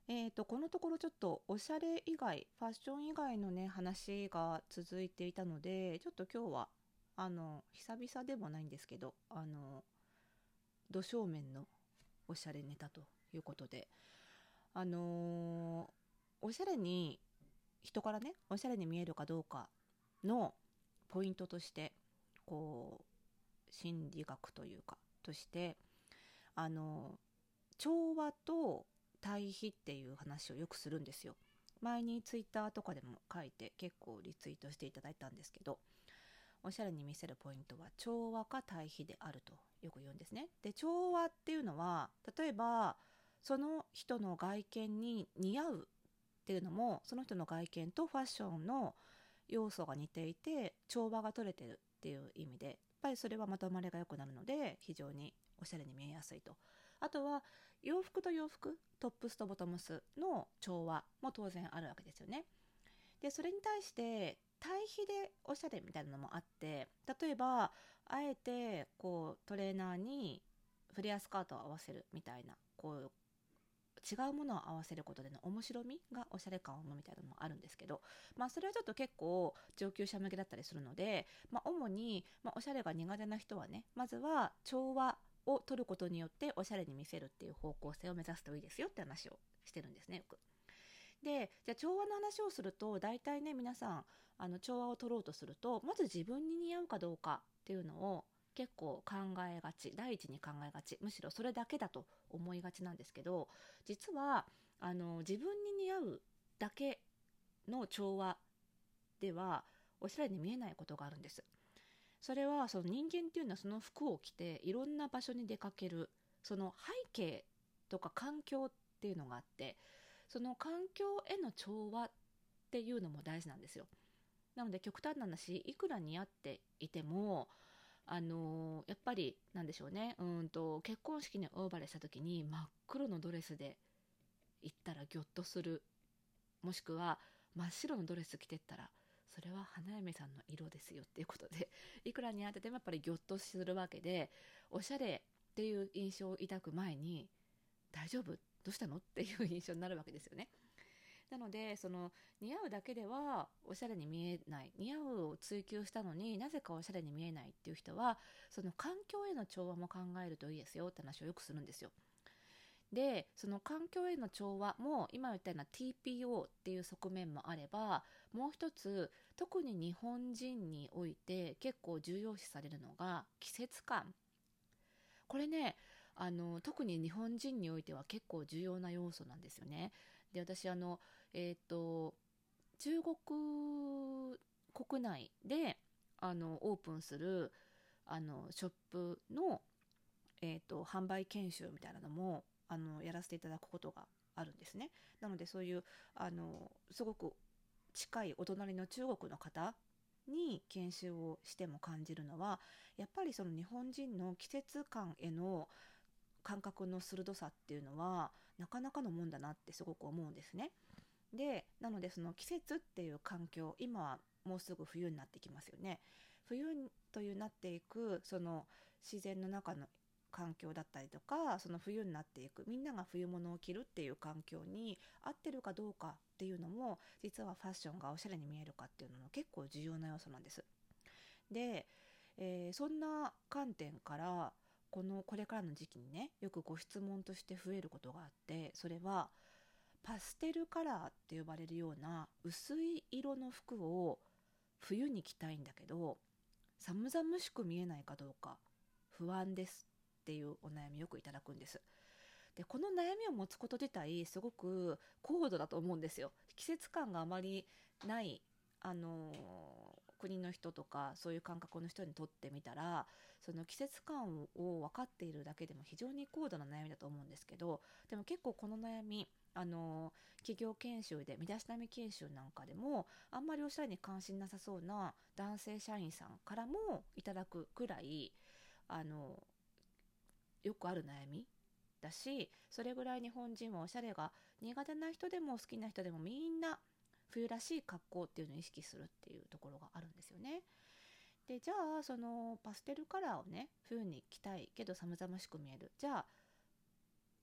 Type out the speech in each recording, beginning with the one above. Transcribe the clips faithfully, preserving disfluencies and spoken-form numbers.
えーと、このところちょっとおしゃれ以外、ファッション以外のね、話が続いていたので、ちょっと今日は、あの、久々でもないんですけど、あの、土正面のおしゃれネタということで、あのーおしゃれに、人からね、おしゃれに見えるかどうかのポイントとして、こう、心理学というか、として、あの、調和と対比っていう話をよくするんですよ。前にツイッターとかでも書いて結構リツイートしていただいたんですけど、おしゃれに見せるポイントは調和か対比であるとよく言うんですね。で、調和っていうのは、例えばその人の外見に似合うっていうのも、その人の外見とファッションの要素が似ていて調和が取れてるっていう意味で、やっぱりそれはまとまりが良くなるので非常におしゃれに見えやすいと。あとは洋服と洋服、トップスとボトムスの調和も当然あるわけですよね。でそれに対して対比でおしゃれみたいなのもあって、例えばあえてこうトレーナーにフレアスカートを合わせるみたいな、こう違うものを合わせることでの面白みがおしゃれ感を生むみたいなのもあるんですけど、まあ、それはちょっと結構上級者向けだったりするので、まあ、主に、まあ、おしゃれが苦手な人はね、まずは調和を取ることによっておしゃれに見せるっていう方向性を目指すといいですよって話をしてるんですね、よく。で、じゃあ調和の話をすると大体ね、皆さんあの調和を取ろうとすると、まず自分に似合うかどうかっていうのを結構考えがち、第一に考えがち、むしろそれだけだと思いがちなんですけど、実はあの自分に似合うだけの調和ではおしゃれに見えないことがあるんです。それはその人間っていうのはその服を着ていろんな場所に出かける、その背景とか環境っていうのがあって、その環境への調和っていうのも大事なんですよ。なので極端な話、いくら似合っていても、あのーやっぱりなんでしょうね、うんと結婚式にお呼ばれした時に真っ黒のドレスで行ったらギョッとする、もしくは真っ白のドレス着てったらそれは花嫁さんの色ですよっていうことで、いくら似合っててもやっぱりギョッとするわけで、おしゃれっていう印象を抱く前に大丈夫、どうしたのっていう印象になるわけですよね。なのでその似合うだけではおしゃれに見えない、似合うを追求したのになぜかおしゃれに見えないっていう人は、その環境への調和も考えるといいですよって話をよくするんですよ。でその環境への調和も今言ったような ティーピーオー っていう側面もあれば、もう一つ特に日本人において結構重要視されるのが季節感。これね、あの特に日本人においては結構重要な要素なんですよね。で私あのえっ、と中国国内であのオープンするあのショップの、えーと、販売研修みたいなのもあのやらせていただくことがあるんですね。なのでそういうあのすごく近いお隣の中国の方に研修をしても感じるのは、やっぱりその日本人の季節感への感覚の鋭さっていうのはなかなかのもんだなってすごく思うんですね。でなのでその季節っていう環境、今はもうすぐ冬になってきますよね。冬というなっていくその自然の中の環境だったりとか、その冬になっていくみんなが冬物を着るっていう環境に合ってるかどうかっていうのも、実はファッションがおしゃれに見えるかっていうのの結構重要な要素なんです。で、えーそんな観点からこのこれからの時期にね、よくご質問として増えることがあって、それはパステルカラーって呼ばれるような薄い色の服を冬に着たいんだけど寒々しく見えないかどうか不安ですっていうお悩みよくいただくんです。でこの悩みを持つこと自体すごく高度だと思うんですよ。季節感があまりない、あのー国の人とかそういう感覚の人にとってみたら、その季節感を分かっているだけでも非常に高度な悩みだと思うんですけど、でも結構この悩み、あの企業研修で身だしなみ研修なんかでもあんまりおしゃれに関心なさそうな男性社員さんからもいただくくらい、あのよくある悩みだし、それぐらい日本人はおしゃれが苦手な人でも好きな人でもみんな冬らしい格好っていうのを意識するっていうところがあるんですよね。でじゃあそのパステルカラーをね冬に着たいけど寒々しく見える、じゃあ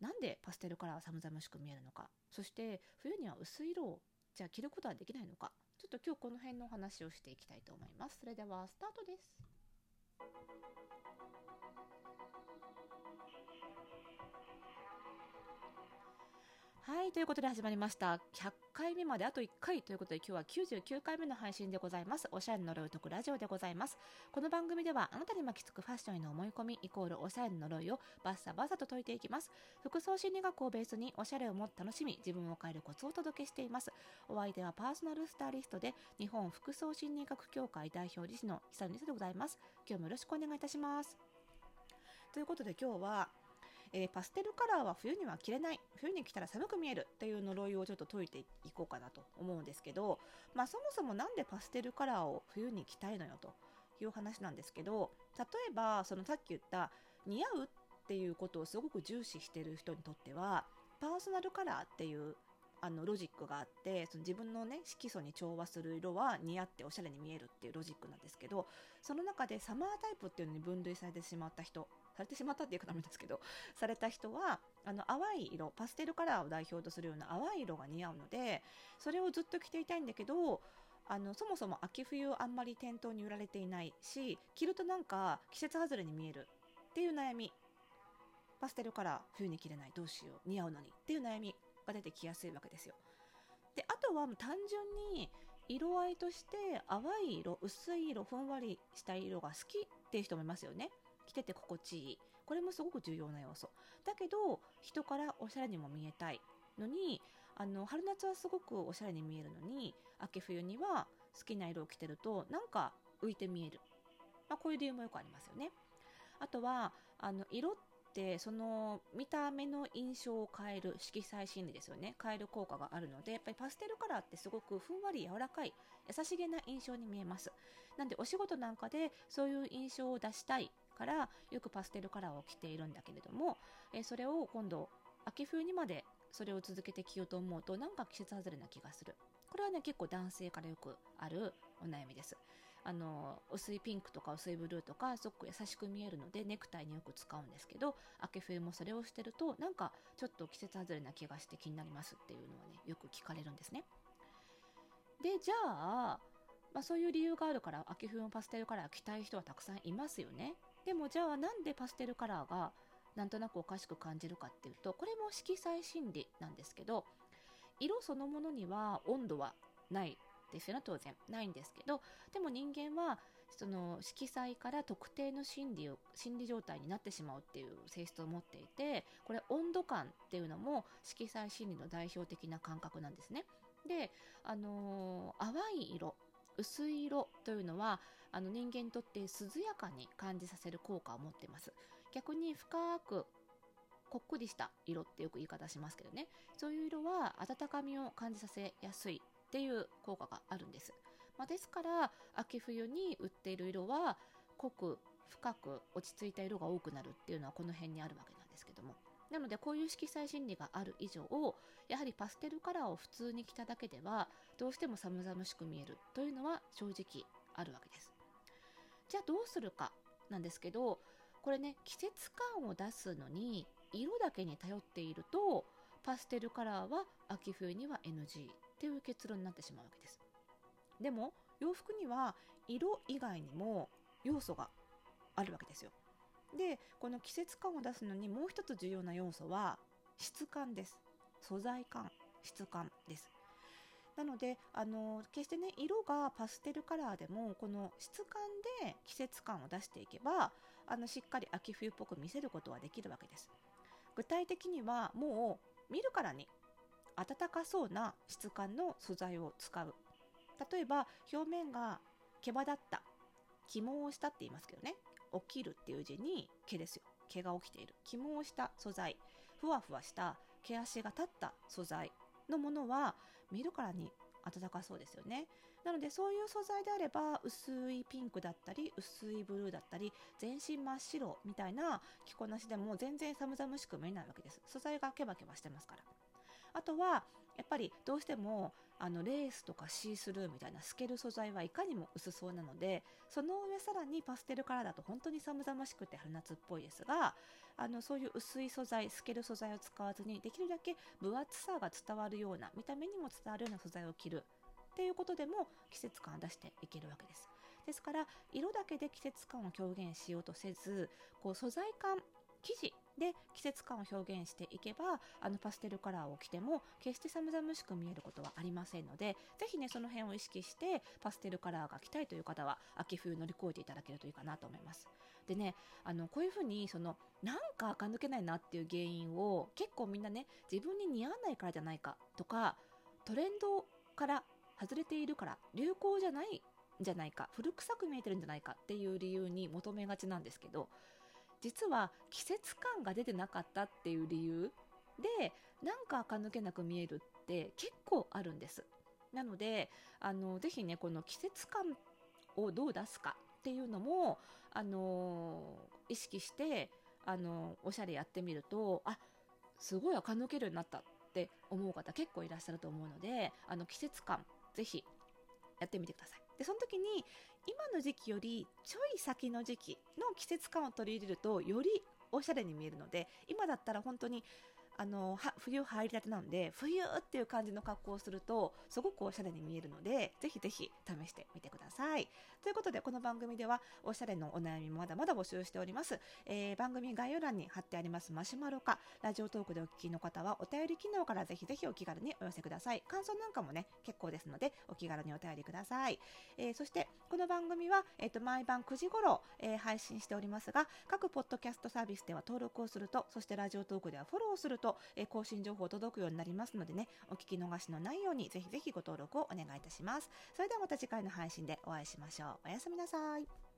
なんでパステルカラーは寒々しく見えるのか、そして冬には薄い色をじゃあ着ることはできないのか、ちょっと今日この辺のお話をしていきたいと思います。それではスタートです。はい、ということで始まりました。ひゃっかいめまであといっかいということで、今日はきゅうじゅうきゅうかいめの配信でございます。おしゃれの呪いを解くラジオでございます。この番組ではあなたに巻きつくファッションへの思い込みイコールおしゃれの呪いをバッサバサと解いていきます。服装心理学をベースにおしゃれをもっと楽しみ、自分を変えるコツをお届けしています。お相手はパーソナルスタイリストで日本服装心理学協会代表理事の久野理沙でございます。今日もよろしくお願いいたします。ということで今日はえー、パステルカラーは冬には着れない、冬に着たら寒く見えるっていう呪いをちょっと解いていこうかなと思うんですけど、まあ、そもそもなんでパステルカラーを冬に着たいのよという話なんですけど、例えばそのさっき言った似合うっていうことをすごく重視している人にとっては、パーソナルカラーっていうあのロジックがあって、その自分のね色素に調和する色は似合っておしゃれに見えるっていうロジックなんですけど、その中でサマータイプっていうのに分類されてしまった人されてしまったっていうかダメですけどされた人はあの淡い色、パステルカラーを代表とするような淡い色が似合うので、それをずっと着ていたいんだけど、あのそもそも秋冬あんまり店頭に売られていないし、着るとなんか季節外れに見えるっていう悩み、パステルカラー冬に着れない、どうしよう似合うのにっていう悩みが出てきやすいわけですよ。であとは単純に色合いとして淡い色、薄い色、ふんわりした色が好きっていう人もいますよね。着てて心地いい、これもすごく重要な要素だけど、人からおしゃれにも見えたいのに、あの春夏はすごくおしゃれに見えるのに、秋冬には好きな色を着てるとなんか浮いて見える、まあ、こういう理由もよくありますよね。あとはあの色ってその見た目の印象を変える色彩心理ですよね。変える効果があるので、やっぱりパステルカラーってすごくふんわり柔らかい優しげな印象に見えます。なんでお仕事なんかでそういう印象を出したいからよくパステルカラーを着ているんだけれども、えそれを今度秋冬にまでそれを続けて着ようと思うとなんか季節外れな気がする。これはね結構男性からよくあるお悩みです。あの薄いピンクとか薄いブルーとかすごく優しく見えるのでネクタイによく使うんですけど、秋冬もそれをしてるとなんかちょっと季節外れな気がして気になりますっていうのはねよく聞かれるんですね。でじゃあ、まあ、そういう理由があるから秋冬のパステルカラー着たい人はたくさんいますよね。でもじゃあなんでパステルカラーがなんとなくおかしく感じるかっていうと、これも色彩心理なんですけど、色そのものには温度はないですよね、当然ないんですけど、でも人間はその色彩から特定の心理を心理状態になってしまうっていう性質を持っていて、これ温度感っていうのも色彩心理の代表的な感覚なんですね。で、あのー淡い色、薄い色というのはあの人間にとって涼やかに感じさせる効果を持っています。逆に深くこっくりした色ってよく言い方しますけどね、そういう色は温かみを感じさせやすいっていう効果があるんです。まあ、ですから秋冬に売っている色は濃く深く落ち着いた色が多くなるっていうのはこの辺にあるわけなんですけども、なのでこういう色彩心理がある以上、やはりパステルカラーを普通に着ただけではどうしても寒々しく見えるというのは正直あるわけです。じゃあどうするかなんですけど、これね季節感を出すのに色だけに頼っているとパステルカラーは秋冬には エヌジー っていう結論になってしまうわけです。でも洋服には色以外にも要素があるわけですよ。でこの季節感を出すのにもう一つ重要な要素は質感です。素材感、質感です。なのであの決してね色がパステルカラーでもこの質感で季節感を出していけばあのしっかり秋冬っぽく見せることはできるわけです。具体的にはもう見るからに暖かそうな質感の素材を使う。例えば表面が毛羽立った起毛をしたって言いますけどね、起きるっていう字に毛ですよ、毛が起きている起毛した素材、ふわふわした毛足が立った素材のものは見るからに暖かそうですよね。なのでそういう素材であれば薄いピンクだったり薄いブルーだったり全身真っ白みたいな着こなしでも全然寒々しく見えないわけです。素材がケバケバしてますから。 あとはやっぱりどうしてもあのレースとかシースルーみたいな透ける素材はいかにも薄そうなので、その上さらにパステルカラーだと本当に寒々しくて春夏っぽいですが、あのそういう薄い素材、透ける素材を使わずにできるだけ分厚さが伝わるような、見た目にも伝わるような素材を着るっていうことでも季節感を出していけるわけです。ですから色だけで季節感を表現しようとせず、こう素材感、生地で季節感を表現していけば、あのパステルカラーを着ても決して寒々しく見えることはありませんので、ぜひねその辺を意識してパステルカラーが着たいという方は秋冬乗り越えていただけるといいかなと思います。でね、あのこういうふうにそのなんか垢抜けないなっていう原因を結構みんなね、自分に似合わないからじゃないかとか、トレンドから外れているから、流行じゃないんじゃないか、古臭く見えてるんじゃないかっていう理由に求めがちなんですけど、実は季節感が出てなかったっていう理由でなんか垢抜けなく見えるって結構あるんです。なのであのぜひねこの季節感をどう出すかっていうのもあの意識してあのおしゃれやってみると、あ、すごい垢抜けるようになったって思う方結構いらっしゃると思うので、あの季節感ぜひやってみてください。でその時に今の時期よりちょい先の時期の季節感を取り入れるとよりおしゃれに見えるので、今だったら本当にあのは冬入りたてなので冬っていう感じの格好をするとすごくおしゃれに見えるので、ぜひぜひ試してみてください。ということでこの番組ではおしゃれのお悩みもまだまだ募集しております。えー、番組概要欄に貼ってありますマシュマロかラジオトークでお聞きの方はお便り機能からぜひぜひお気軽にお寄せください。感想なんかもね結構ですのでお気軽にお便りください。えー、そしてこの番組は、えー、と毎晩くじ頃、えー、配信しておりますが、各ポッドキャストサービスでは登録をすると、そしてラジオトークではフォローをすると、えー、更新情報届くようになりますのでね、お聞き逃しのないようにぜひぜひご登録をお願いいたします。それではまた次回の配信でお会いしましょう。おやすみなさい。